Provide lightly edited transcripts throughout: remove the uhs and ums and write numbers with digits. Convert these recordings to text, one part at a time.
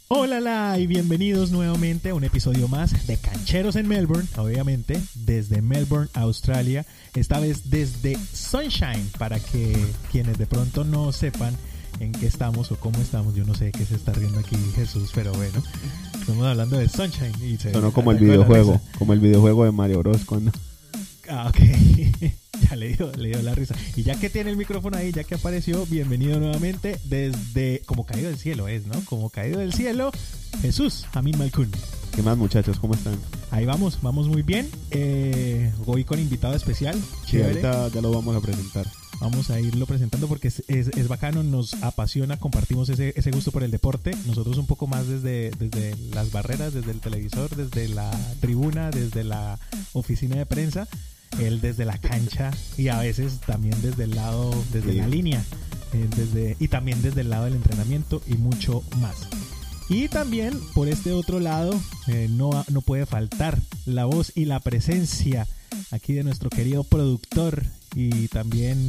Hola y bienvenidos nuevamente a un episodio más de Cancheros en Melbourne, obviamente desde Melbourne, Australia, esta vez desde Sunshine, para que quienes de pronto no sepan en qué estamos o cómo estamos. Yo no sé qué se está riendo aquí Jesús, pero bueno, estamos hablando de Sunshine. Y sonó como el videojuego de Mario Bros. Cuando... Ah, ok. Ya le dio la risa. Y ya que tiene el micrófono ahí, ya que apareció, bienvenido nuevamente desde... Como caído del cielo es, ¿no? Como caído del cielo, Jesús Amin Malkun. ¿Qué más, muchachos? ¿Cómo están? Ahí vamos muy bien. Hoy con invitado especial. Sí, ahorita ya lo vamos a presentar. Vamos a irlo presentando porque es bacano, nos apasiona, compartimos ese gusto por el deporte. Nosotros un poco más desde las barreras, desde el televisor, desde la tribuna, desde la oficina de prensa. Él desde la cancha y a veces también desde el lado, desde la línea, y también desde el lado del entrenamiento y mucho más. Y también por este otro lado no puede faltar la voz y la presencia aquí de nuestro querido productor y también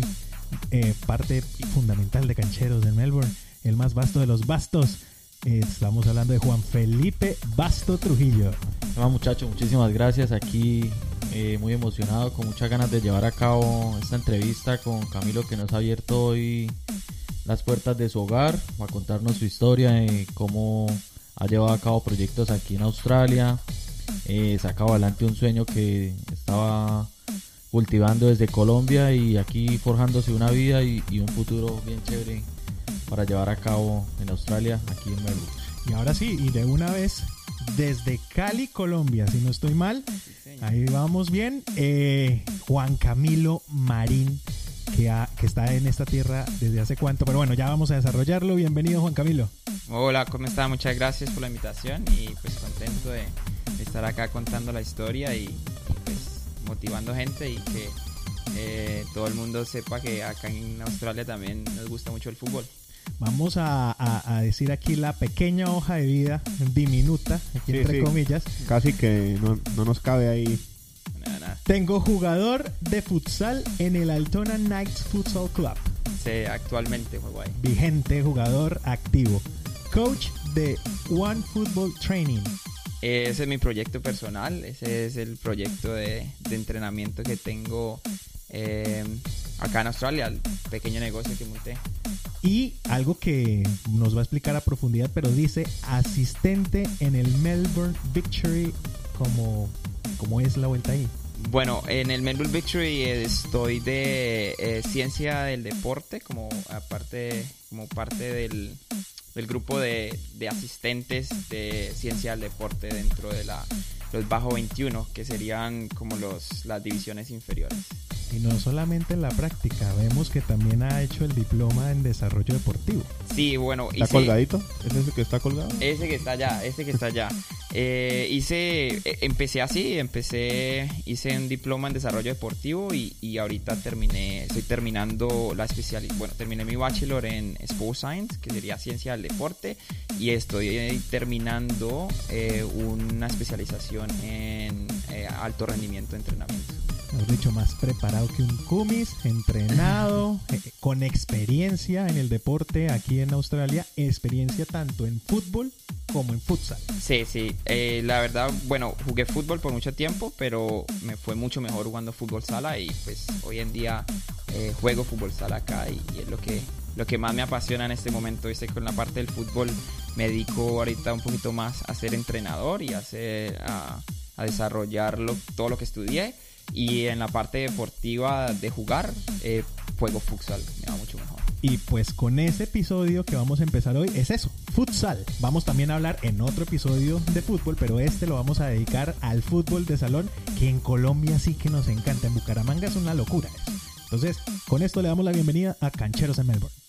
parte fundamental de Cancheros en Melbourne, el más vasto de los vastos. Estamos hablando de Juan Felipe Basto Trujillo. Hola muchachos, muchísimas gracias. Aquí muy emocionado, con muchas ganas de llevar a cabo esta entrevista con Camilo, que nos ha abierto hoy las puertas de su hogar, a contarnos su historia y cómo ha llevado a cabo proyectos aquí en Australia, sacado adelante un sueño que estaba cultivando desde Colombia y aquí forjándose una vida y un futuro bien chévere para llevar a cabo en Australia, aquí en Melbourne. Y ahora sí, y de una vez desde Cali, Colombia, si no estoy mal, ahí vamos bien, Juan Camilo Marín, que está en esta tierra desde hace cuánto, pero bueno, ya vamos a desarrollarlo. Bienvenido, Juan Camilo. Hola, ¿cómo está? Muchas gracias por la invitación y pues contento de estar acá contando la historia y pues motivando gente y que todo el mundo sepa que acá en Australia también nos gusta mucho el fútbol. Vamos a decir aquí la pequeña hoja de vida, diminuta, aquí sí, entre comillas. Casi que no nos cabe ahí. Nada. Tengo jugador de futsal en el Altona Knights Futsal Club. Sí, actualmente juego ahí. Vigente, jugador activo. Coach de One Football Training. Ese es mi proyecto personal, ese es el proyecto de entrenamiento que tengo acá en Australia, el pequeño negocio que monté. Y algo que nos va a explicar a profundidad, pero dice asistente en el Melbourne Victory. ¿Cómo es la vuelta ahí? Bueno, en el Melbourne Victory estoy de ciencia del deporte como parte del grupo de asistentes de ciencia del deporte dentro de los bajo 21, que serían como las divisiones inferiores. Y no solamente en la práctica, vemos que también ha hecho el diploma en desarrollo deportivo. Sí, bueno. ¿Está colgadito? ¿Es ese que está colgado? Ese que está allá. Hice un diploma en desarrollo deportivo y ahorita estoy terminando terminé mi bachelor en Sports Science, que sería ciencia del deporte, y estoy terminando una especialización en alto rendimiento de entrenamiento. Hemos dicho, más preparado que un cumis, entrenado, con experiencia en el deporte aquí en Australia, experiencia tanto en fútbol como en futsal. Sí, la verdad, bueno, jugué fútbol por mucho tiempo, pero me fue mucho mejor jugando fútbol sala y pues hoy en día juego fútbol sala acá y es lo que más me apasiona en este momento. Con la parte del fútbol me dedico ahorita un poquito más a ser entrenador y a desarrollar todo lo que estudié. Y en la parte deportiva de jugar, juego futsal, me va mucho mejor. Y pues con ese episodio que vamos a empezar hoy es eso, futsal. Vamos también a hablar en otro episodio de fútbol, pero lo vamos a dedicar al fútbol de salón, que en Colombia sí que nos encanta. En Bucaramanga es una locura eso. Entonces, con esto le damos la bienvenida a Cancheros en Melbourne.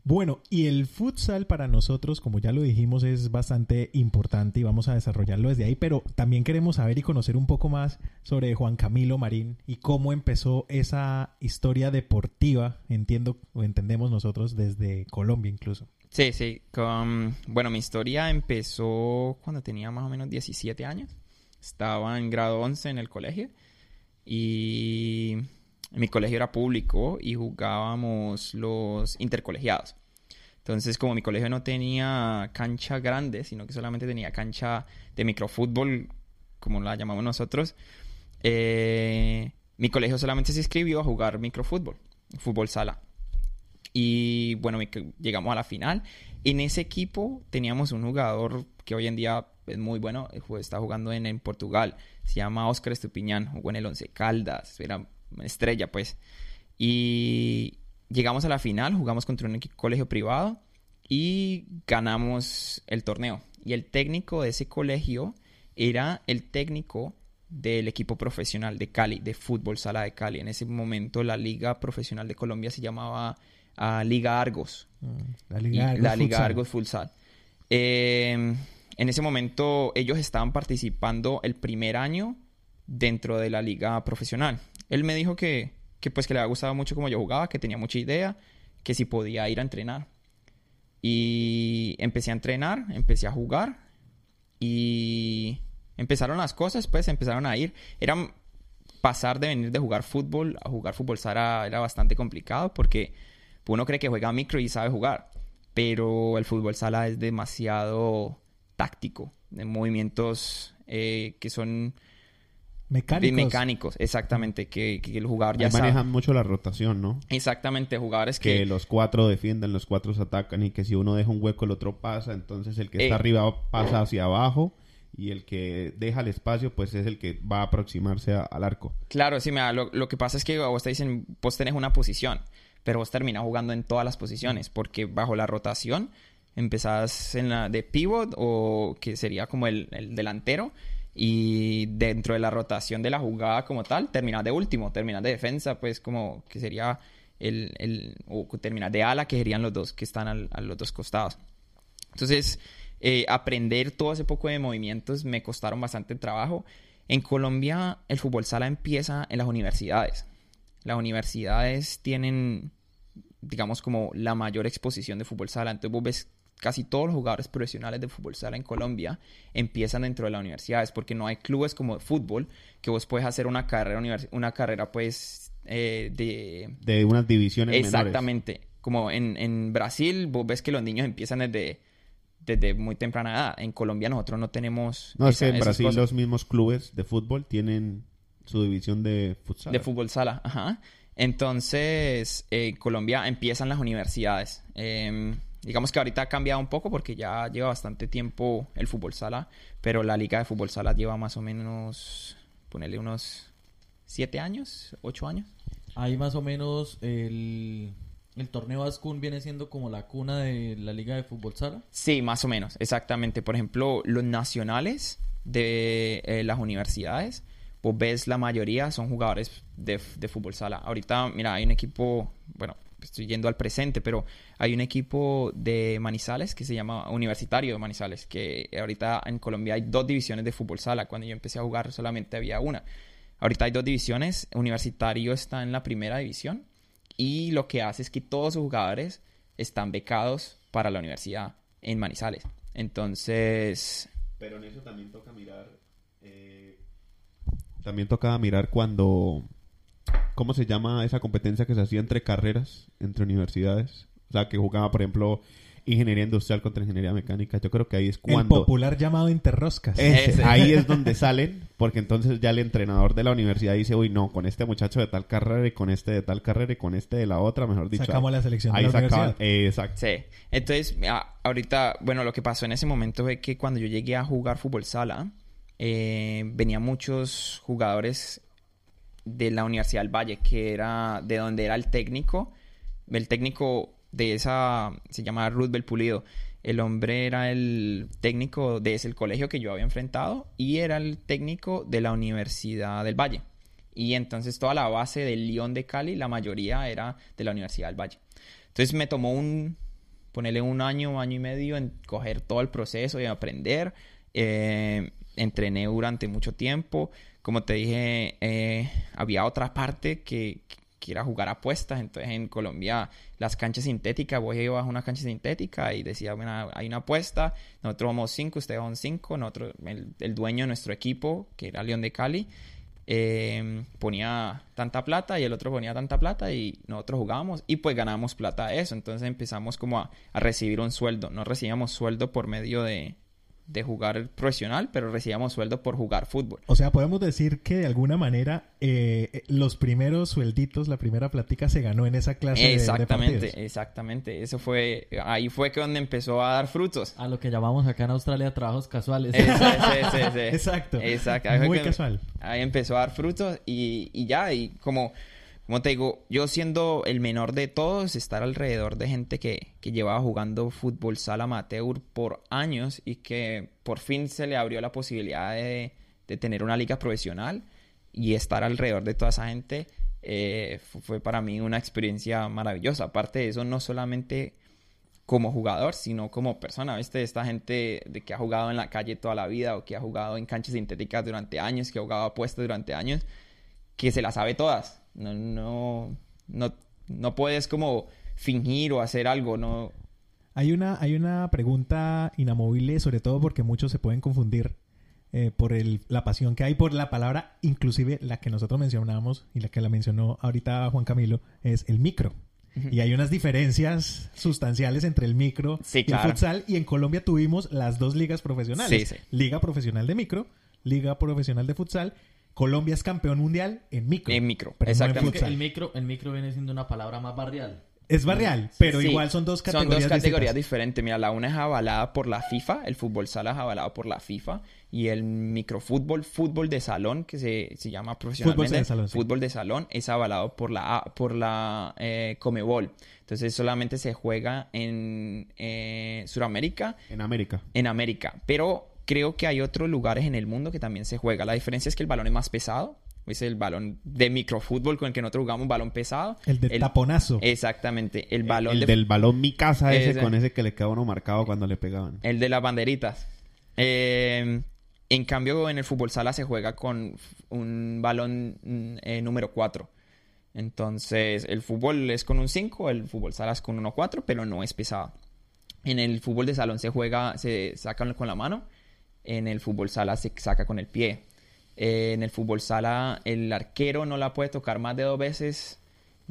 Bueno, y el futsal para nosotros, como ya lo dijimos, es bastante importante y vamos a desarrollarlo desde ahí, pero también queremos saber y conocer un poco más sobre Juan Camilo Marín y cómo empezó esa historia deportiva, entiendo o entendemos nosotros desde Colombia incluso. Sí, sí. Bueno, mi historia empezó cuando tenía más o menos 17 años. Estaba en grado 11 en el colegio y mi colegio era público y jugábamos los intercolegiados. Entonces, como mi colegio no tenía cancha grande, sino que solamente tenía cancha de microfútbol, como la llamamos nosotros, mi colegio solamente se inscribió a jugar microfútbol, fútbol sala. Y bueno, llegamos a la final. En ese equipo teníamos un jugador que hoy en día es muy bueno, está jugando en Portugal, se llama Óscar Estupiñán, jugó en el Once Caldas, era una estrella pues. Y llegamos a la final, jugamos contra un colegio privado y ganamos el torneo. Y el técnico de ese colegio era el técnico del equipo profesional de Cali, de fútbol sala de Cali. En ese momento la liga profesional de Colombia se llamaba Liga Argos. La Liga Argos Futsal. En ese momento ellos estaban participando el primer año dentro de la liga profesional. Él me dijo que pues que le había gustado mucho cómo yo jugaba, que tenía mucha idea, que si podía ir a entrenar. Y empecé a entrenar, empecé a jugar y empezaron las cosas, pues empezaron a ir. Pasar de venir de jugar fútbol a jugar fútbol sala era bastante complicado porque uno cree que juega micro y sabe jugar, pero el fútbol sala es demasiado táctico, de movimientos que son mecánicos, exactamente, que el jugador ya sabe. Manejan mucho la rotación, ¿no? Exactamente, jugadores que los 4 defienden, los 4 atacan y que si uno deja un hueco el otro pasa, entonces el que está arriba pasa hacia abajo y el que deja el espacio pues es el que va a aproximarse al arco. Claro, sí, lo que pasa es que vos te dicen, vos tenés una posición, pero vos terminás jugando en todas las posiciones porque bajo la rotación empezás en la de pivot o que sería como el delantero y dentro de la rotación de la jugada como tal terminás de último, terminás de defensa pues como que sería o terminás de ala que serían los dos que están a los dos costados. Entonces aprender todo ese poco de movimientos me costaron bastante trabajo. En Colombia el fútbol sala empieza en las universidades. Las universidades tienen, digamos, como la mayor exposición de fútbol sala. Entonces vos ves casi todos los jugadores profesionales de fútbol sala en Colombia empiezan dentro de las universidades porque no hay clubes como de fútbol que vos puedes hacer una carrera pues de unas divisiones menores. Exactamente. Como en Brasil vos ves que los niños empiezan desde muy temprana edad. En Colombia nosotros no tenemos es que en Brasil los mismos clubes de fútbol tienen su división de futsal. De fútbol sala, ajá. Entonces, Colombia empiezan las universidades. Digamos que ahorita ha cambiado un poco porque ya lleva bastante tiempo el fútbol sala, pero la liga de fútbol sala lleva más o menos, ponerle unos 7 años, 8 años. Ahí más o menos el torneo Ascun viene siendo como la cuna de la liga de fútbol sala. Sí, más o menos, exactamente. Por ejemplo, los nacionales de las universidades, vos ves la mayoría son jugadores de fútbol sala. Ahorita, mira, hay un equipo, bueno, estoy yendo al presente, pero hay un equipo de Manizales que se llama Universitario de Manizales, que ahorita en Colombia hay 2 divisiones de fútbol sala. Cuando yo empecé a jugar solamente había una. Ahorita hay 2 divisiones. Universitario está en la primera división y lo que hace es que todos sus jugadores están becados para la universidad en Manizales. Entonces... Pero en eso también toca mirar... También tocaba mirar cuando... ¿Cómo se llama esa competencia que se hacía entre carreras, entre universidades? O sea, que jugaba, por ejemplo, ingeniería industrial contra ingeniería mecánica. Yo creo que ahí es cuando... El popular llamado interroscas. Ahí es donde salen, porque entonces ya el entrenador de la universidad dice, uy, no, con este muchacho de tal carrera y con este de tal carrera y con este de la otra, mejor dicho. Sacamos la selección de ahí la universidad. Exacto. Sí. Entonces, ahorita, bueno, lo que pasó en ese momento fue que cuando yo llegué a jugar fútbol sala, venían muchos jugadores de la Universidad del Valle, que era de donde era el técnico de esa, se llamaba Roosevelt Pulido. El hombre era el técnico de ese colegio que yo había enfrentado y era el técnico de la Universidad del Valle. Y entonces toda la base del León de Cali, la mayoría era de la Universidad del Valle. Entonces me tomó ponerle un año y medio en coger todo el proceso y aprender. Entrené durante mucho tiempo. Como te dije, había otra parte que era jugar apuestas. Entonces en Colombia las canchas sintéticas, vos ibas a una cancha sintética y decía, bueno, hay una apuesta, nosotros vamos 5, ustedes van 5, nosotros, el dueño de nuestro equipo, que era León de Cali, ponía tanta plata y el otro ponía tanta plata y nosotros jugábamos y pues ganábamos plata de eso. Entonces empezamos como a recibir un sueldo. No recibíamos sueldo por medio de jugar profesional, pero recibíamos sueldo por jugar fútbol. O sea, podemos decir que de alguna manera los primeros suelditos, la primera plática se ganó en esa clase de partidos. Exactamente. Ahí fue que donde empezó a dar frutos. A lo que llamamos acá en Australia trabajos casuales. Sí. Exacto. Muy casual. Ahí empezó a dar frutos y ya, y como te digo, yo siendo el menor de todos, estar alrededor de gente que llevaba jugando fútbol sala amateur por años y que por fin se le abrió la posibilidad de tener una liga profesional y estar alrededor de toda esa gente, fue para mí una experiencia maravillosa. Aparte de eso, no solamente como jugador, sino como persona, ¿viste? Esta gente de que ha jugado en la calle toda la vida o que ha jugado en canchas sintéticas durante años, que ha jugado apuestas durante años, que se las sabe todas. No puedes como fingir o hacer algo, no. Hay una pregunta inamovible, sobre todo porque muchos se pueden confundir por la pasión que hay por la palabra, inclusive la que nosotros mencionamos y la que la mencionó ahorita Juan Camilo, es el micro. Uh-huh. Y hay unas diferencias sustanciales entre el micro y el futsal, y en Colombia tuvimos las dos ligas profesionales. Sí. Liga profesional de micro, liga profesional de futsal. Colombia es campeón mundial en micro. En micro, exactamente. No el micro viene siendo una palabra más barrial. Es barrial, pero igual son dos categorías Son dos categorías diferentes. Mira, la una es avalada por la FIFA, el fútbol sala es avalado por la FIFA, y el microfútbol, fútbol de salón, que se llama profesionalmente, fútbol de salón, es avalado por la Comebol. Entonces solamente se juega en Sudamérica. En América. Pero creo que hay otros lugares en el mundo que también se juega. La diferencia es que el balón es más pesado. Es el balón de microfútbol con el que nosotros jugamos, un balón pesado. El de taponazo. Exactamente. El del balón mi casa, con ese que le quedaba uno marcado cuando le pegaban. El de las banderitas. En cambio, en el fútbol sala se juega con un balón número 4. Entonces, el fútbol es con un 5, el fútbol sala es con 1-4, pero no es pesado. En el fútbol de salón se saca con la mano. En el fútbol sala se saca con el pie. En el fútbol sala el arquero no la puede tocar más de 2 veces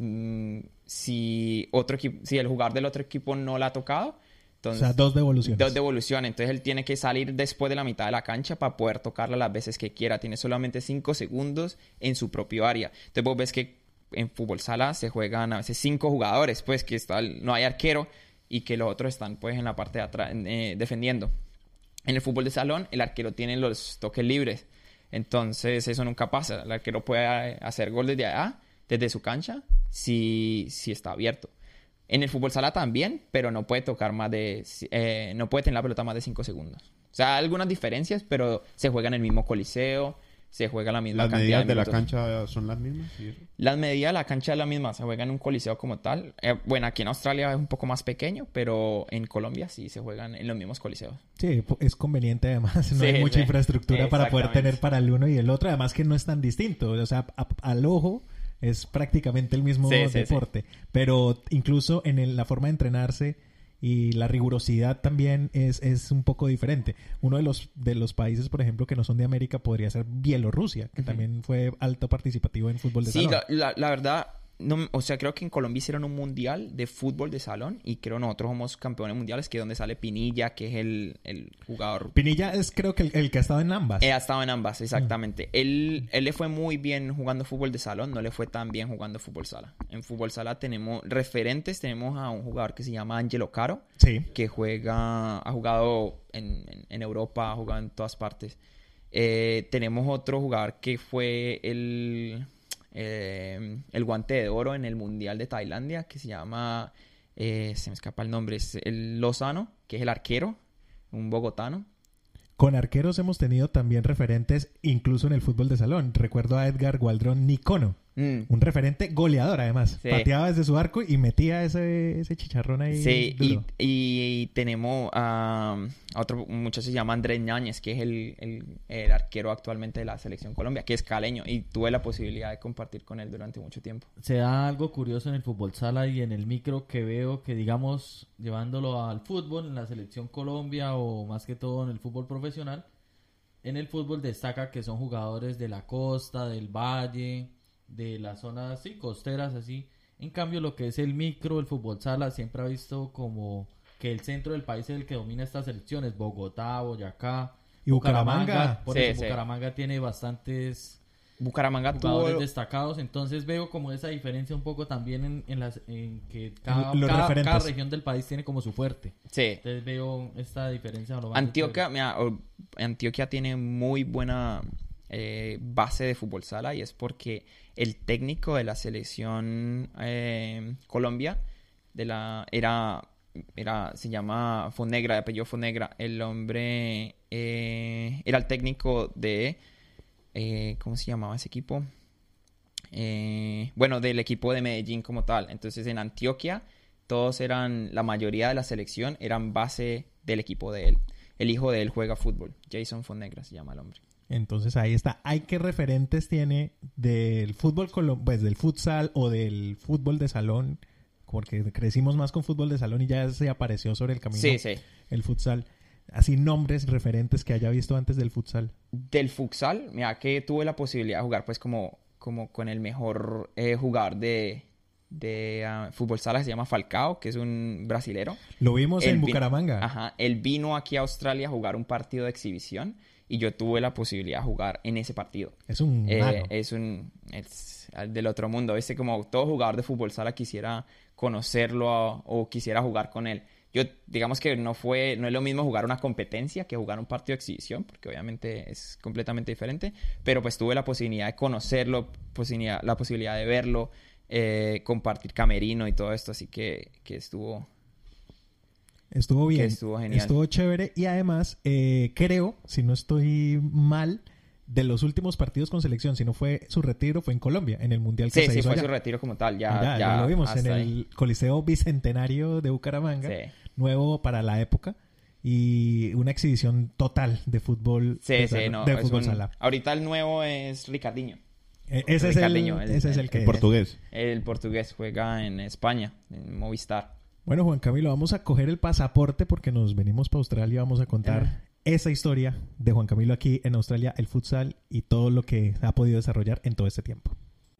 si el jugador del otro equipo no la ha tocado. Entonces, o sea, 2 devoluciones. 2 devoluciones. Entonces él tiene que salir después de la mitad de la cancha para poder tocarla las veces que quiera. Tiene solamente 5 segundos en su propio área. Entonces vos ves que en fútbol sala se juegan a veces 5 jugadores, pues que no hay arquero y que los otros están pues en la parte de atrás defendiendo. En el fútbol de salón el arquero tiene los toques libres. Entonces eso nunca pasa. El arquero puede hacer gol desde allá, desde su cancha, si está abierto. En el fútbol sala también, pero no puede tocar no puede tener la pelota más de 5 segundos. O sea, hay algunas diferencias, pero se juega en el mismo coliseo, se juega la misma cantidad de minutos. ¿Las medidas de la cancha son las mismas? ¿Sí? Las medidas de la cancha es la misma, se juega en un coliseo como tal. Bueno, aquí en Australia es un poco más pequeño, pero en Colombia sí se juegan en los mismos coliseos. Sí, es conveniente además, no hay mucha infraestructura para poder tener para el uno y el otro, además que no es tan distinto, o sea, al ojo es prácticamente el mismo deporte, pero incluso en la forma de entrenarse y la rigurosidad también es un poco diferente. Uno de los países, por ejemplo, que no son de América podría ser Bielorrusia, que también fue alto participativo en fútbol de salón. Sí, la verdad, o sea, creo que en Colombia hicieron un mundial de fútbol de salón y creo nosotros somos campeones mundiales, que es donde sale Pinilla, que es el jugador. Pinilla es creo que el que ha estado en ambas. Ha estado en ambas, exactamente. Él le fue muy bien jugando fútbol de salón, no le fue tan bien jugando fútbol sala. En fútbol sala tenemos referentes, tenemos a un jugador que se llama Angelo Caro, sí, que ha jugado en Europa, ha jugado en todas partes. Tenemos otro jugador que fue el guante de oro en el Mundial de Tailandia, que se llama, se me escapa el nombre, es el Lozano, que es el arquero, un bogotano. Con arqueros hemos tenido también referentes incluso en el fútbol de salón. Recuerdo a Edgar Gualdrón Nicono, Un referente goleador, además. Sí. Pateaba desde su arco y metía ese chicharrón ahí. Sí, duro. y tenemos a otro muchacho se llama Andrés Ñáñez, que es el arquero actualmente de la Selección Colombia, que es caleño, y tuve la posibilidad de compartir con él durante mucho tiempo. Se da algo curioso en el fútbol sala y en el micro que veo que, digamos, llevándolo al fútbol, en la Selección Colombia o más que todo en el fútbol profesional, en el fútbol destaca que son jugadores de la costa, del valle, de las zonas sí, costeras, así. En cambio, lo que es el micro, el fútbol sala, siempre ha visto como que el centro del país es el que domina estas selecciones. Bogotá, Boyacá, Y Bucaramanga. Por Sí, eso sí. Bucaramanga tiene bastantes Bucaramanga jugadores tuvo... destacados. Entonces veo como esa diferencia un poco también en que cada Los referentes. cada región del país tiene como su fuerte. Sí. Entonces veo esta diferencia. Antioquia, mira, Antioquia tiene muy buena base de fútbol sala, y es porque el técnico de la selección Colombia se llama Fonegra, de apellido Fonegra. El hombre era el técnico de ¿cómo se llamaba ese equipo? Bueno, del equipo de Medellín como tal. Entonces en Antioquia la mayoría de la selección eran base del equipo de él. El hijo de él juega fútbol. Jason Fonegra se llama el hombre. Entonces ahí está. ¿Hay qué referentes tiene del fútbol, pues del futsal o del fútbol de salón? Porque crecimos más con fútbol de salón y ya se apareció sobre el camino Sí, sí. el futsal. Así nombres referentes que haya visto antes del futsal. Del futsal, mira que tuve la posibilidad de jugar pues como con el mejor jugador de fútbol sala, que se llama Falcao, que es un brasilero. Lo vimos Él en vi- Bucaramanga. Ajá, él vino aquí a Australia a jugar un partido de exhibición y yo tuve la posibilidad de jugar en ese partido. Es un mago. Es del otro mundo. Como todo jugador de fútbol sala quisiera conocerlo o quisiera jugar con él. Yo, digamos que no es lo mismo jugar una competencia que jugar un partido de exhibición, porque obviamente es completamente diferente, pero pues tuve la posibilidad de conocerlo, la posibilidad de verlo, compartir camerino y todo esto, así que estuvo Estuvo bien. estuvo genial. Estuvo chévere. Y además, creo, si no estoy mal, de los últimos partidos con selección, si no fue su retiro, fue en Colombia, en el Mundial que Sí, se sí, hizo fue allá. su retiro como tal. Ya lo vimos en hasta el ahí. Coliseo Bicentenario de Bucaramanga, Sí. nuevo para la época, y una exhibición total de fútbol, Sí, sí, no. de es fútbol sala. Ahorita el nuevo es Ricardinho. Ese Ricardiño, es el que En es. portugués. El portugués juega en España, en Movistar. Bueno, Juan Camilo, vamos a coger el pasaporte porque nos venimos para Australia y vamos a contar esa historia de Juan Camilo aquí en Australia, el futsal y todo lo que ha podido desarrollar en todo este tiempo.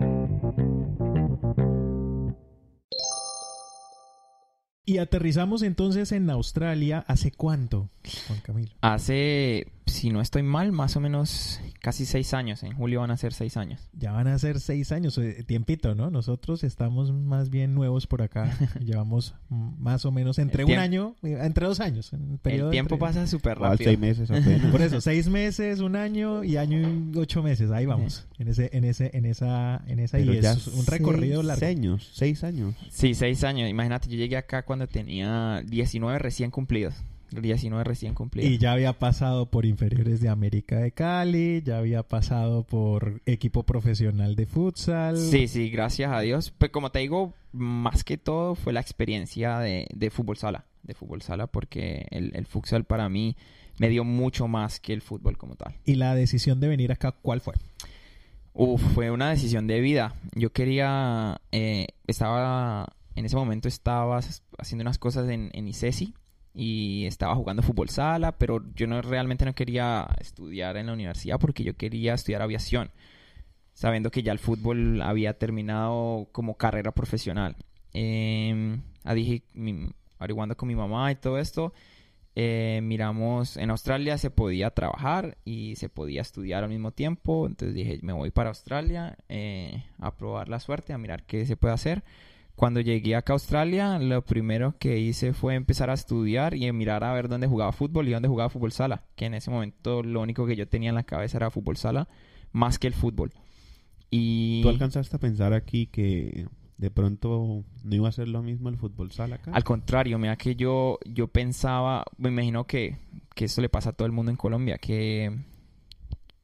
Y aterrizamos entonces en Australia. ¿Hace cuánto, Juan Camilo? Hace, si no estoy mal, más o menos casi 6 años. En julio van a ser 6 años. Ya van a ser 6 años, tiempito, ¿no? Nosotros estamos más bien nuevos por acá. Llevamos más o menos entre un año, entre 2 años. El tiempo pasa súper Igual rápido. 6 meses apenas. Por eso, 6 meses, un año y año y 8 meses. Ahí vamos. En esa Pero y ya es un recorrido largo. 6 años. Sí, 6 años. Imagínate, yo llegué acá cuando tenía 19 recién cumplidos. 19 recién cumplidos. Y ya había pasado por inferiores de América de Cali, ya había pasado por equipo profesional de futsal. Sí, gracias a Dios. Pues como te digo, más que todo fue la experiencia de fútbol sala. De fútbol sala, porque el futsal para mí me dio mucho más que el fútbol como tal. ¿Y la decisión de venir acá cuál fue? Fue una decisión de vida. Yo quería... en ese momento estaba haciendo unas cosas en ICESI y estaba jugando fútbol sala, pero yo realmente no quería estudiar en la universidad porque yo quería estudiar aviación, sabiendo que ya el fútbol había terminado como carrera profesional. Dije, averiguando con mi mamá y todo esto, miramos, en Australia se podía trabajar y se podía estudiar al mismo tiempo, entonces dije, me voy para Australia a probar la suerte, a mirar qué se puede hacer. Cuando llegué acá a Australia, lo primero que hice fue empezar a estudiar y mirar a ver dónde jugaba fútbol y dónde jugaba fútbol sala, que en ese momento lo único que yo tenía en la cabeza era fútbol sala, más que el fútbol. Y ¿Tú alcanzaste a pensar aquí que de pronto no iba a ser lo mismo el fútbol sala acá? al contrario, mira que yo pensaba, me imagino que esto le pasa a todo el mundo en Colombia, que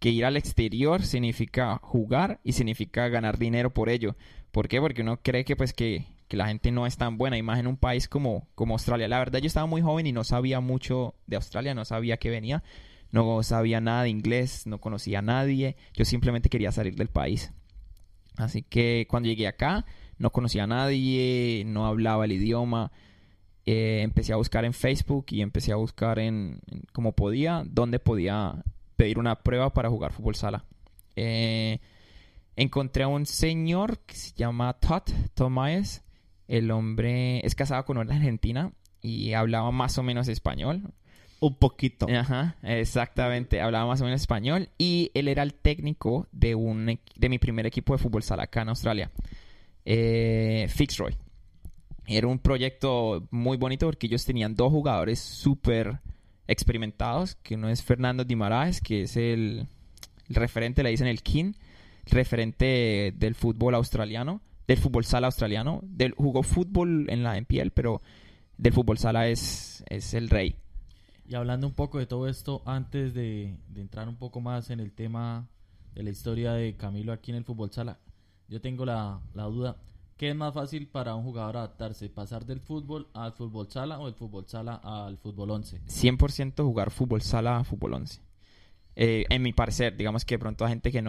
que ir al exterior significa jugar y significa ganar dinero por ello. ¿Por qué? Porque uno cree que pues que la gente no es tan buena, y más en un país como Australia. La verdad, yo estaba muy joven y no sabía mucho de Australia, no sabía qué venía, no sabía nada de inglés, no conocía a nadie, yo simplemente quería salir del país. Así que cuando llegué acá, no conocía a nadie, no hablaba el idioma. Empecé a buscar en Facebook y empecé a buscar en como podía, dónde podía pedir una prueba para jugar fútbol sala. Encontré a un señor que se llama Todd Maes. El hombre es casado con una argentina y hablaba más o menos español. Un poquito. Ajá, exactamente. Hablaba más o menos español y él era el técnico de mi primer equipo de fútbol sala acá en Australia. Fitzroy. Era un proyecto muy bonito porque ellos tenían 2 jugadores súper experimentados, que uno es Fernando Guimaraes, que es el referente, le dicen el King, referente del fútbol australiano, del fútbol sala australiano. Jugó fútbol en la NPL, pero del fútbol sala es el rey. Y hablando un poco de todo esto, antes de entrar un poco más en el tema de la historia de Camilo aquí en el fútbol sala, yo tengo la duda, ¿qué es más fácil para un jugador adaptarse? ¿Pasar del fútbol al fútbol sala o del fútbol sala al fútbol 11? 100% jugar fútbol sala a fútbol 11. En mi parecer, digamos que de pronto a gente que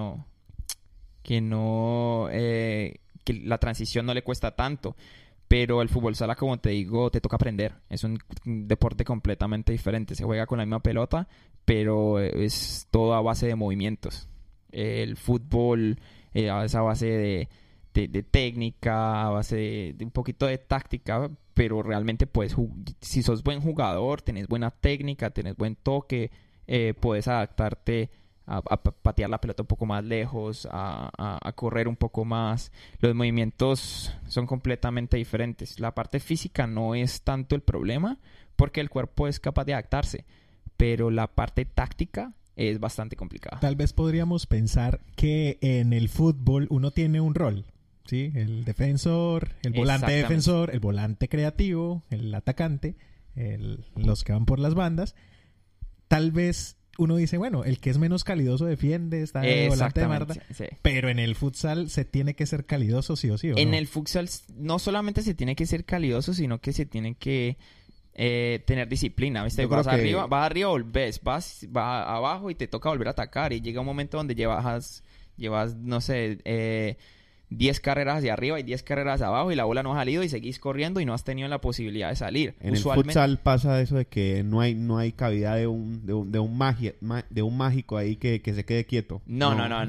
la transición no le cuesta tanto, pero el fútbol sala, como te digo, te toca aprender. Es un deporte completamente diferente. Se juega con la misma pelota, pero es todo a base de movimientos. El fútbol es a base de técnica, a base de un poquito de táctica, pero realmente puedes, si sos buen jugador, tenés buena técnica, tenés buen toque, puedes adaptarte a patear la pelota un poco más lejos, a correr un poco más. Los movimientos son completamente diferentes. La parte física no es tanto el problema porque el cuerpo es capaz de adaptarse, pero la parte táctica es bastante complicada. Tal vez podríamos pensar que en el fútbol uno tiene un rol, ¿sí? El defensor, el volante defensor, el volante creativo, el atacante, los que van por las bandas. Tal vez uno dice, bueno, el que es menos calidoso defiende, está de volante de marca, sí. Pero en el futsal se tiene que ser calidoso sí o sí, ¿o en no? el futsal no solamente se tiene que ser calidoso, sino que se tiene que tener disciplina, ¿viste? Vas arriba, volvés, vas abajo y te toca volver a atacar, y llega un momento donde llevas no sé, 10 carreras hacia arriba y 10 carreras abajo y la bola no ha salido y seguís corriendo y no has tenido la posibilidad de salir. En el futsal pasa eso de que no hay cavidad de un mágico ahí que se quede quieto. No,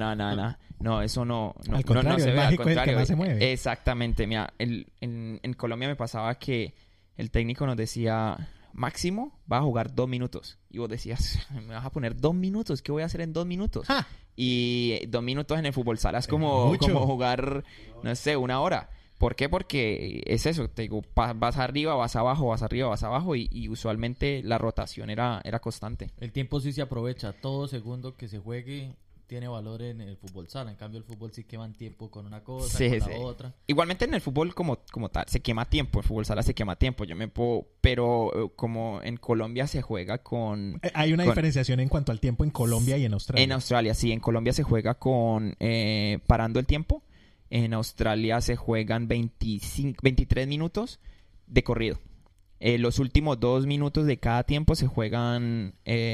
eso no. Al contrario, no se el ve, mágico es el que más se mueve. Exactamente, mira, en Colombia me pasaba que el técnico nos decía, máximo va a jugar 2 minutos. Y vos decías, ¿me vas a poner 2 minutos? ¿Qué voy a hacer en 2 minutos? ¡Ja! Y 2 minutos en el fútbol sala es como jugar, no sé, 1 hora. ¿Por qué? Porque es eso, te digo, vas arriba, vas abajo, vas arriba, vas abajo, y usualmente la rotación era constante. El tiempo sí se aprovecha, todo segundo que se juegue tiene valor en el fútbol sala. En cambio el fútbol sí queman tiempo con una cosa, con la otra. Igualmente en el fútbol como tal se quema tiempo, el fútbol sala se quema tiempo. Pero como en Colombia se juega con... Hay una diferenciación en cuanto al tiempo en Colombia y en Australia. En Australia, sí, en Colombia se juega con parando el tiempo. En Australia se juegan 23 minutos de corrido. Los últimos 2 minutos de cada tiempo se juegan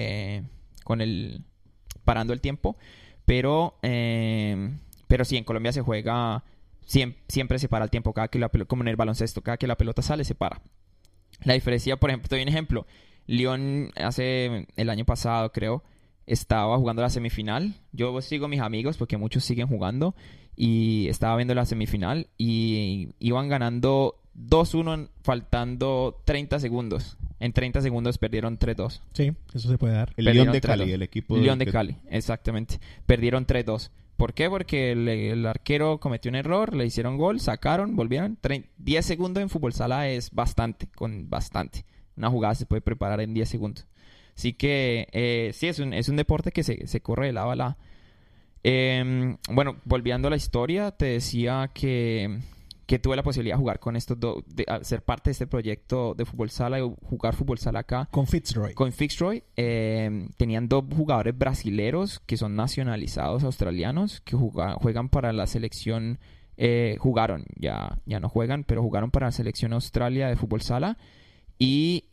parando el tiempo. Pero sí, en Colombia se juega, siempre se para el tiempo, cada que la pelota, como en el baloncesto, cada que la pelota sale se para. La diferencia, por ejemplo, te doy un ejemplo. Lyon el año pasado, creo, estaba jugando la semifinal. Yo sigo a mis amigos porque muchos siguen jugando, y estaba viendo la semifinal y iban ganando 2-1 faltando 30 segundos. En 30 segundos perdieron 3-2. Sí, eso se puede dar. El Lyon de Cali, el equipo Lyon de Cali, exactamente. Perdieron 3-2. ¿Por qué? Porque el arquero cometió un error, le hicieron gol, sacaron, volvieron. 10 segundos en fútbol sala es bastante. Una jugada se puede preparar en 10 segundos. Así que sí, es un deporte que se corre de lado a lado. Bueno, volviendo a la historia, te decía que que tuve la posibilidad de jugar con estos dos, de ser parte de este proyecto de fútbol sala y jugar fútbol sala acá. Con Fitzroy. Con Fitzroy. Tenían 2 jugadores brasileros que son nacionalizados australianos que juegan para la selección. Jugaron, ya no juegan, pero jugaron para la selección Australia de fútbol sala. Y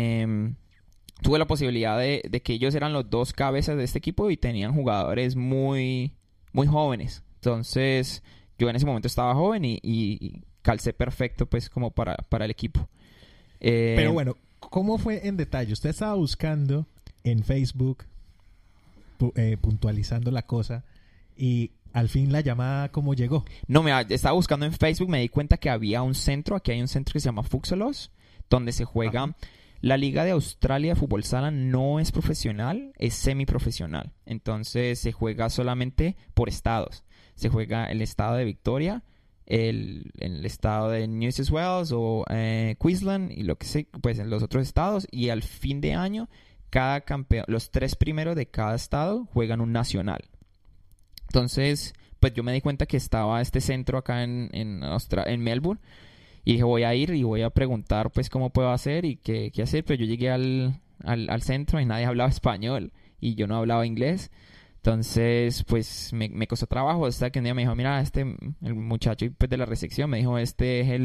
tuve la posibilidad de que ellos eran los 2 cabezas de este equipo y tenían jugadores muy, muy jóvenes. Entonces, yo en ese momento estaba joven y calcé perfecto, pues, como para el equipo. Pero bueno, ¿cómo fue en detalle? Usted estaba buscando en Facebook, puntualizando la cosa, y al fin la llamada, ¿cómo llegó? No, mira, estaba buscando en Facebook, me di cuenta que había un centro, aquí hay un centro que se llama Fuxolos, donde se juega. Ajá. La Liga de Australia de fútbol sala no es profesional, es semiprofesional. Entonces se juega solamente por estados. Se juega el estado de Victoria, el estado de New South Wales o Queensland y lo que sé, pues en los otros estados. Y al fin de año, cada campeón, los 3 primeros de cada estado juegan un nacional. Entonces, pues yo me di cuenta que estaba este centro acá en Melbourne. Y dije, voy a ir y voy a preguntar pues cómo puedo hacer y qué hacer. Pero yo llegué al centro y nadie hablaba español y yo no hablaba inglés. Entonces, pues me costó trabajo. Hasta que un día me dijo, mira, el muchacho pues, de la recepción me dijo, este es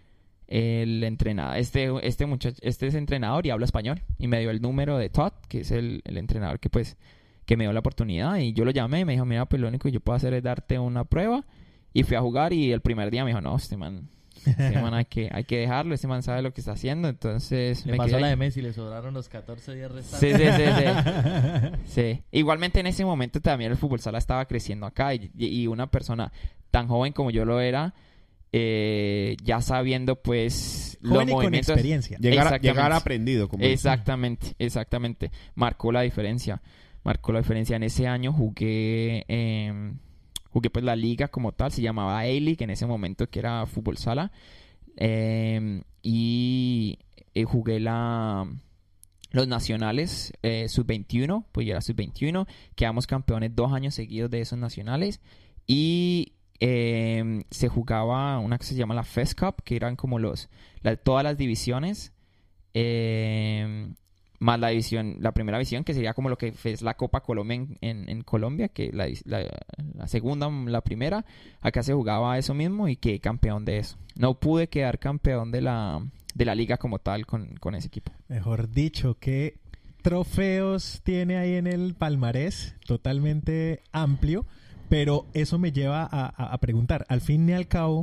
el entrenador. Este es entrenador y habla español. Y me dio el número de Todd, que es el entrenador que me dio la oportunidad. Y yo lo llamé y me dijo, mira, pues lo único que yo puedo hacer es darte una prueba. Y fui a jugar y el primer día me dijo, no, este man hay que dejarlo, este man sabe lo que está haciendo. Entonces le pasó la de Messi, le sobraron los 14 días restantes. Sí. Igualmente en ese momento también el fútbol sala estaba creciendo acá y una persona tan joven como yo lo era, ya sabiendo pues joven los movimientos, con experiencia, llegar aprendido, como exactamente. Marcó la diferencia. En ese año jugué pues la liga como tal, se llamaba A-League en ese momento, que era fútbol sala, y jugué los nacionales sub-21, pues yo era sub-21, quedamos campeones 2 años seguidos de esos nacionales, y se jugaba una que se llama la Fest Cup, que eran como todas las divisiones, más la primera división, que sería como lo que es la Copa Colombia en Colombia, que la segunda, la primera, acá se jugaba eso mismo y quedé campeón de eso. No pude quedar campeón de la liga como tal con ese equipo. Mejor dicho, ¿qué trofeos tiene ahí en el palmarés? Totalmente amplio, pero eso me lleva a preguntar, al fin y al cabo,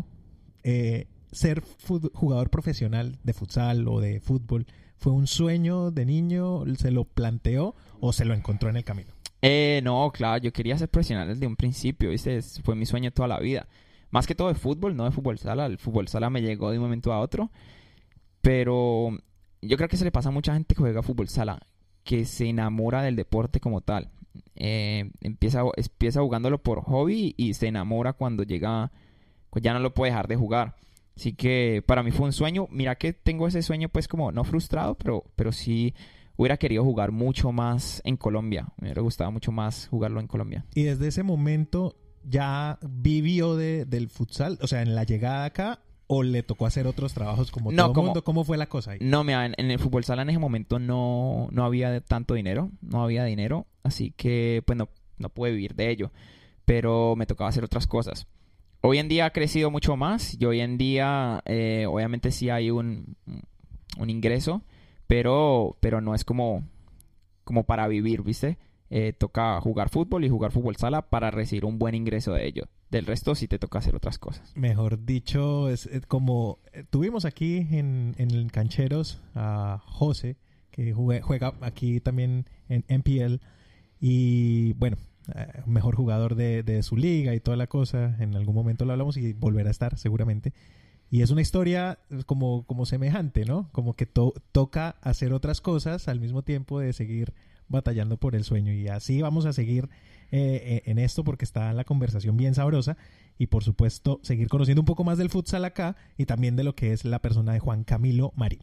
ser jugador profesional de futsal o de fútbol, ¿fue un sueño de niño? ¿Se lo planteó o se lo encontró en el camino? No, claro, yo quería ser profesional desde un principio, ¿viste? Fue mi sueño toda la vida. Más que todo de fútbol, no de fútbol sala. El fútbol sala me llegó de un momento a otro. Pero yo creo que se le pasa a mucha gente que juega fútbol sala, que se enamora del deporte como tal. Empieza jugándolo por hobby y se enamora cuando llega, pues ya no lo puede dejar de jugar. Así que para mí fue un sueño. Mira que tengo ese sueño pues como no frustrado, pero sí hubiera querido jugar mucho más en Colombia. Me hubiera gustado mucho más jugarlo en Colombia. Y desde ese momento ya vivió del futsal, o sea, en la llegada acá, ¿o le tocó hacer otros trabajos como todo el mundo? ¿Cómo fue la cosa ahí? No, mira, en el fútbol sala en ese momento no había tanto dinero, así que pues no pude vivir de ello, pero me tocaba hacer otras cosas. Hoy en día ha crecido mucho más y hoy en día obviamente sí hay un ingreso, pero no es como para vivir, ¿viste? Toca jugar fútbol y jugar fútbol sala para recibir un buen ingreso de ello. Del resto sí te toca hacer otras cosas. Mejor dicho, es como tuvimos aquí en Cancheros a José, que juega aquí también en NPL y bueno, mejor jugador de su liga y toda la cosa. En algún momento lo hablamos y volverá a estar seguramente. Y es una historia como semejante, ¿no? Como que toca hacer otras cosas al mismo tiempo de seguir batallando por el sueño. Y así vamos a seguir en esto porque está la conversación bien sabrosa. Y por supuesto seguir conociendo un poco más del futsal acá y también de lo que es la persona de Juan Camilo Marín.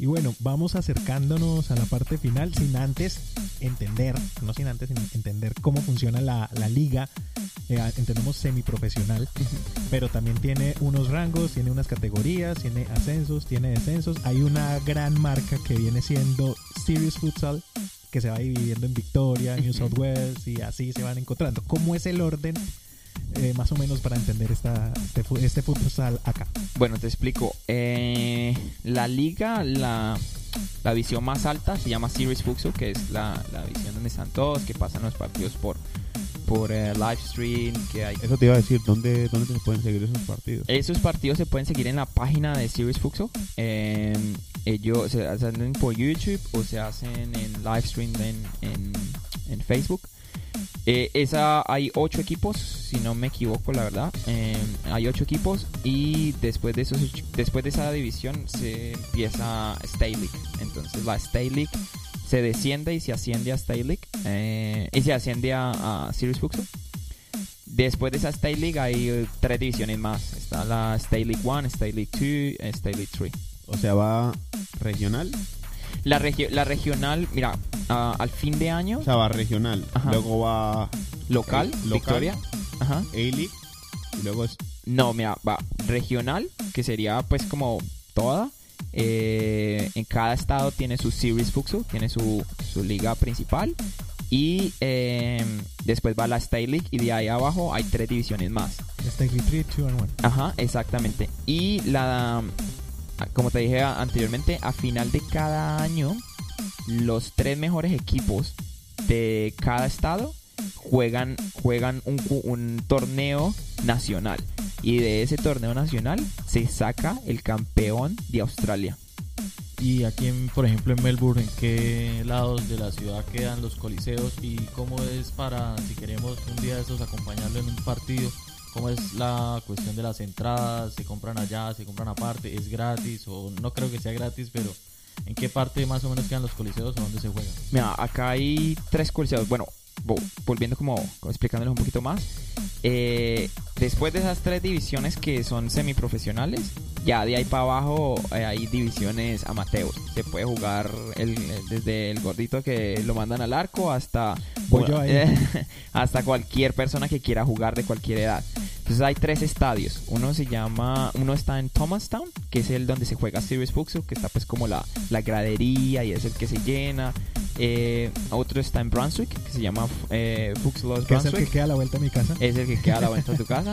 Y bueno, vamos acercándonos a la parte final sin antes entender cómo funciona la liga. Entendemos semiprofesional, pero también tiene unos rangos, tiene unas categorías, tiene ascensos, tiene descensos. Hay una gran marca que viene siendo Serious Futsal, que se va dividiendo en Victoria, New South Wales, y así se van encontrando. ¿Cómo es el orden, más o menos, para entender este futsal acá? Bueno, te explico. La liga, la visión más alta se llama Series Futsal, que es la visión donde están todos, que pasan los partidos por live stream, que hay... Eso te iba a decir, ¿dónde se pueden seguir esos partidos? Esos partidos se pueden seguir en la página de Series Futsal. Ellos se hacen por YouTube o se hacen en live stream en Facebook. Hay 8 equipos, si no me equivoco, la verdad. Hay 8 equipos y después de esa división se empieza State League. Entonces la State League se desciende y se asciende a State League, y se asciende a Series Futsal. Después de esa State League hay 3 divisiones más. Está la State League 1, State League 2, State League 3. O sea, va regional. La regional, mira, al fin de año... O sea, va regional. Ajá. Luego va... Local, Victoria. Ajá. A-League. Y luego es... No, mira, va regional, que sería pues como toda. En cada estado tiene su Series Futsal, tiene su liga principal. Y después va la State League y de ahí abajo hay 3 divisiones más. State League 3, 2 and 1. Ajá, exactamente. Y como te dije anteriormente, a final de cada año, los 3 mejores equipos de cada estado juegan un torneo nacional. Y de ese torneo nacional se saca el campeón de Australia. Y aquí, por ejemplo, en Melbourne, ¿en qué lados de la ciudad quedan los coliseos? ¿Y cómo es para, si queremos un día de esos acompañarlo en un partido? ¿Cómo es la cuestión de las entradas? ¿Se compran allá? ¿Se compran aparte? ¿Es gratis? O no creo que sea gratis, pero ¿en qué parte más o menos quedan los coliseos o dónde se juegan? Mira, acá hay 3 coliseos. Bueno, volviendo como explicándoles un poquito más. Después de esas 3 divisiones que son semiprofesionales, ya de ahí para abajo hay divisiones amateurs. Se puede jugar desde el gordito que lo mandan al arco hasta hasta cualquier persona que quiera jugar de cualquier edad. Entonces hay 3 estadios. Uno está en Thomastown, que es el donde se juega Series Futsal, que está pues como la gradería y es el que se llena. Otro está en Brunswick, que se llama Futsal Brunswick. ¿Que es el que queda a la vuelta de mi casa? Es el que queda a la vuelta de tu casa.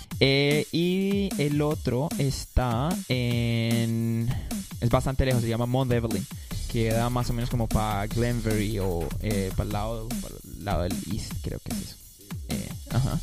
Y el otro está es bastante lejos, se llama Mount Evelyn. Queda más o menos como para Glenvery o para el lado del East, creo que es eso. Ajá.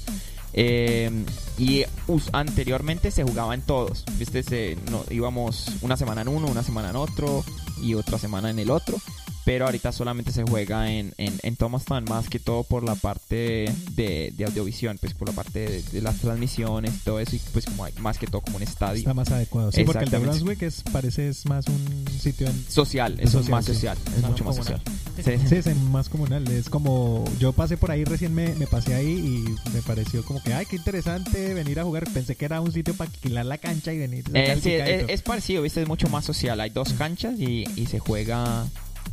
Y anteriormente se jugaba en todos, ¿viste? Íbamos una semana en uno, una semana en otro y otra semana en el otro. Pero ahorita solamente se juega en Thomastown, más que todo por la parte de audiovisión, pues por la parte de las transmisiones y todo eso, y pues como hay más que todo como un estadio. Está más adecuado. Sí, porque el de Brunswick parece es más un sitio social, es más social, es mucho más social. Sí, es más comunal. Es como, yo pasé por ahí, recién me pasé ahí y me pareció como que, ay, qué interesante venir a jugar. Pensé que era un sitio para alquilar la cancha y venir. Sí, es parecido, ¿viste? Es mucho más social. Hay 2 canchas y se juega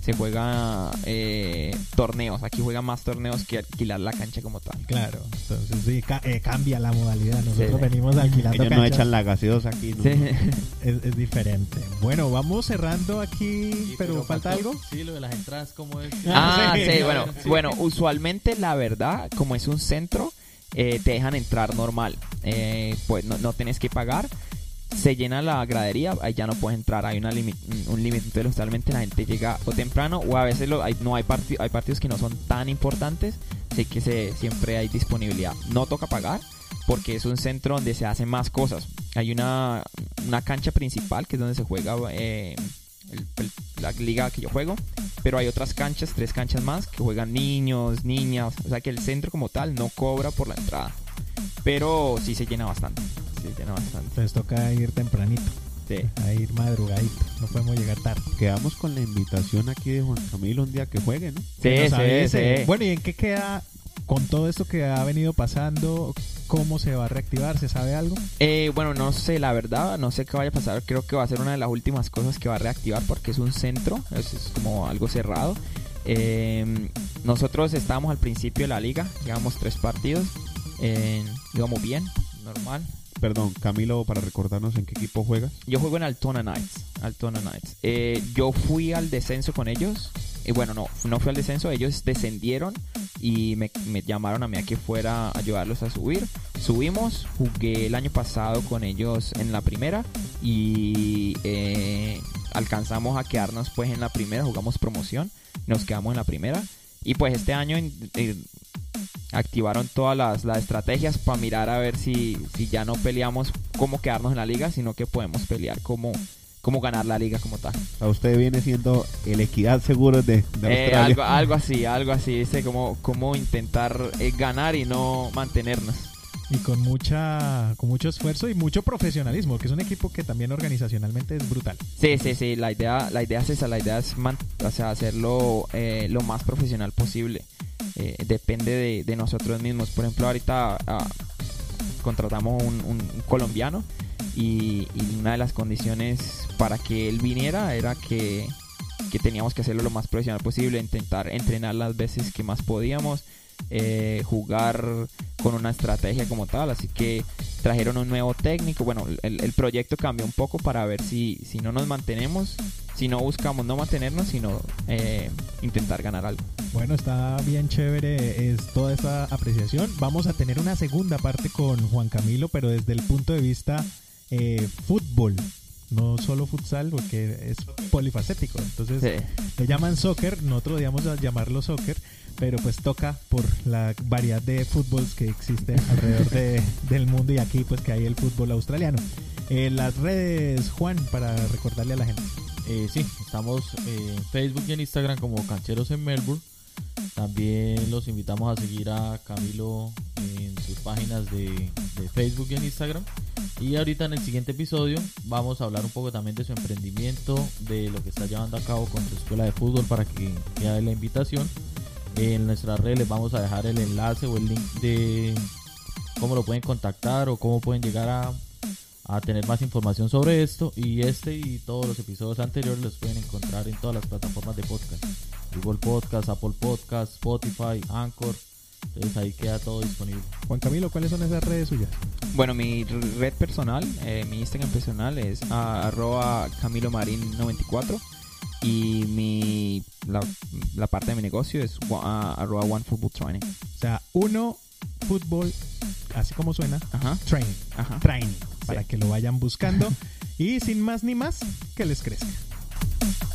torneos. Aquí juegan más torneos que alquilar la cancha como tal. Claro, entonces sí, cambia la modalidad. Nosotros venimos alquilando ellos canchas. no echan la gaseosa aquí, ¿no? Sí. Es diferente. Bueno, vamos cerrando aquí, Sí, pero ¿falta algo? Sí, lo de las entradas, ¿cómo es? Sí, bueno, usualmente la verdad, como es un centro, te dejan entrar normal. Pues no tienes que pagar. Se llena la gradería, ahí ya no puedes entrar, hay un límite. Entonces usualmente la gente llega o temprano, o a veces hay partidos que no son tan importantes, así que siempre hay disponibilidad. No toca pagar porque es un centro donde se hacen más cosas. Hay una cancha principal que es donde se juega la liga que yo juego, pero hay otras canchas, 3 canchas más que juegan niños, niñas, o sea que el centro como tal no cobra por la entrada, pero sí se llena bastante. Entonces toca ir tempranito. Sí. A ir madrugadito. No podemos llegar tarde. Quedamos con la invitación aquí de Juan Camilo un día que juegue, ¿no? Sí. Bueno, ¿y en qué queda con todo esto que ha venido pasando, ¿cómo se va a reactivar? ¿Se sabe algo? Bueno, no sé, la verdad, no sé qué vaya a pasar. Creo que va a ser una de las últimas cosas que va a reactivar porque es un centro, es como algo cerrado. Nosotros estábamos al principio de la liga, llevamos 3 partidos, íbamos bien, normal. Perdón, Camilo, para recordarnos en qué equipo juegas. Yo juego en Altona Knights. Yo fui al descenso con ellos. Bueno, no fui al descenso, ellos descendieron y me llamaron a mí a que fuera a ayudarlos a subir. Subimos, jugué el año pasado con ellos en la primera y alcanzamos a quedarnos pues en la primera, jugamos promoción, nos quedamos en la primera y pues este año activaron todas las estrategias para mirar a ver si ya no peleamos cómo quedarnos en la liga, sino que podemos pelear cómo ganar la liga como tal. A usted viene siendo el Equidad Seguros de Australia. Algo así, dice cómo intentar ganar y no mantenernos. Y con mucho esfuerzo y mucho profesionalismo, que es un equipo que también organizacionalmente es brutal. Sí, la idea es esa, la idea es hacerlo lo más profesional posible. Depende de nosotros mismos. Por ejemplo, ahorita contratamos un colombiano y una de las condiciones para que él viniera era que teníamos que hacerlo lo más profesional posible, intentar entrenar las veces que más podíamos, jugar con una estrategia como tal. Así que trajeron un nuevo técnico. Bueno, el proyecto cambió un poco para ver si no nos mantenemos, si no buscamos no mantenernos, sino intentar ganar algo. Bueno, está bien chévere toda esta apreciación. Vamos a tener una segunda parte con Juan Camilo, pero desde el punto de vista fútbol, no solo futsal, porque es polifacético. Entonces le llaman soccer, nosotros digamos a llamarlo soccer, pero pues toca por la variedad de fútbols que existen alrededor del mundo, y aquí pues que hay el fútbol australiano. Las redes, Juan, para recordarle a la gente. Sí, estamos en Facebook y en Instagram como Cancheros en Melbourne. También los invitamos a seguir a Camilo en sus páginas de Facebook y en Instagram. Y ahorita en el siguiente episodio vamos a hablar un poco también de su emprendimiento, de lo que está llevando a cabo con su escuela de fútbol, para que quede la invitación. En nuestras redes les vamos a dejar el enlace o el link de cómo lo pueden contactar o cómo pueden llegar a tener más información sobre esto. Y y todos los episodios anteriores los pueden encontrar en todas las plataformas de podcast: Google Podcast, Apple Podcast, Spotify, Anchor. Entonces ahí queda todo disponible. Juan Camilo, ¿cuáles son esas redes suyas? Bueno, mi red personal, mi Instagram personal es @CamiloMarin94 y la parte de mi negocio es @OneFootballTraining. O sea, fútbol, así como suena, training, para que lo vayan buscando. Y sin más ni más, que les crezca.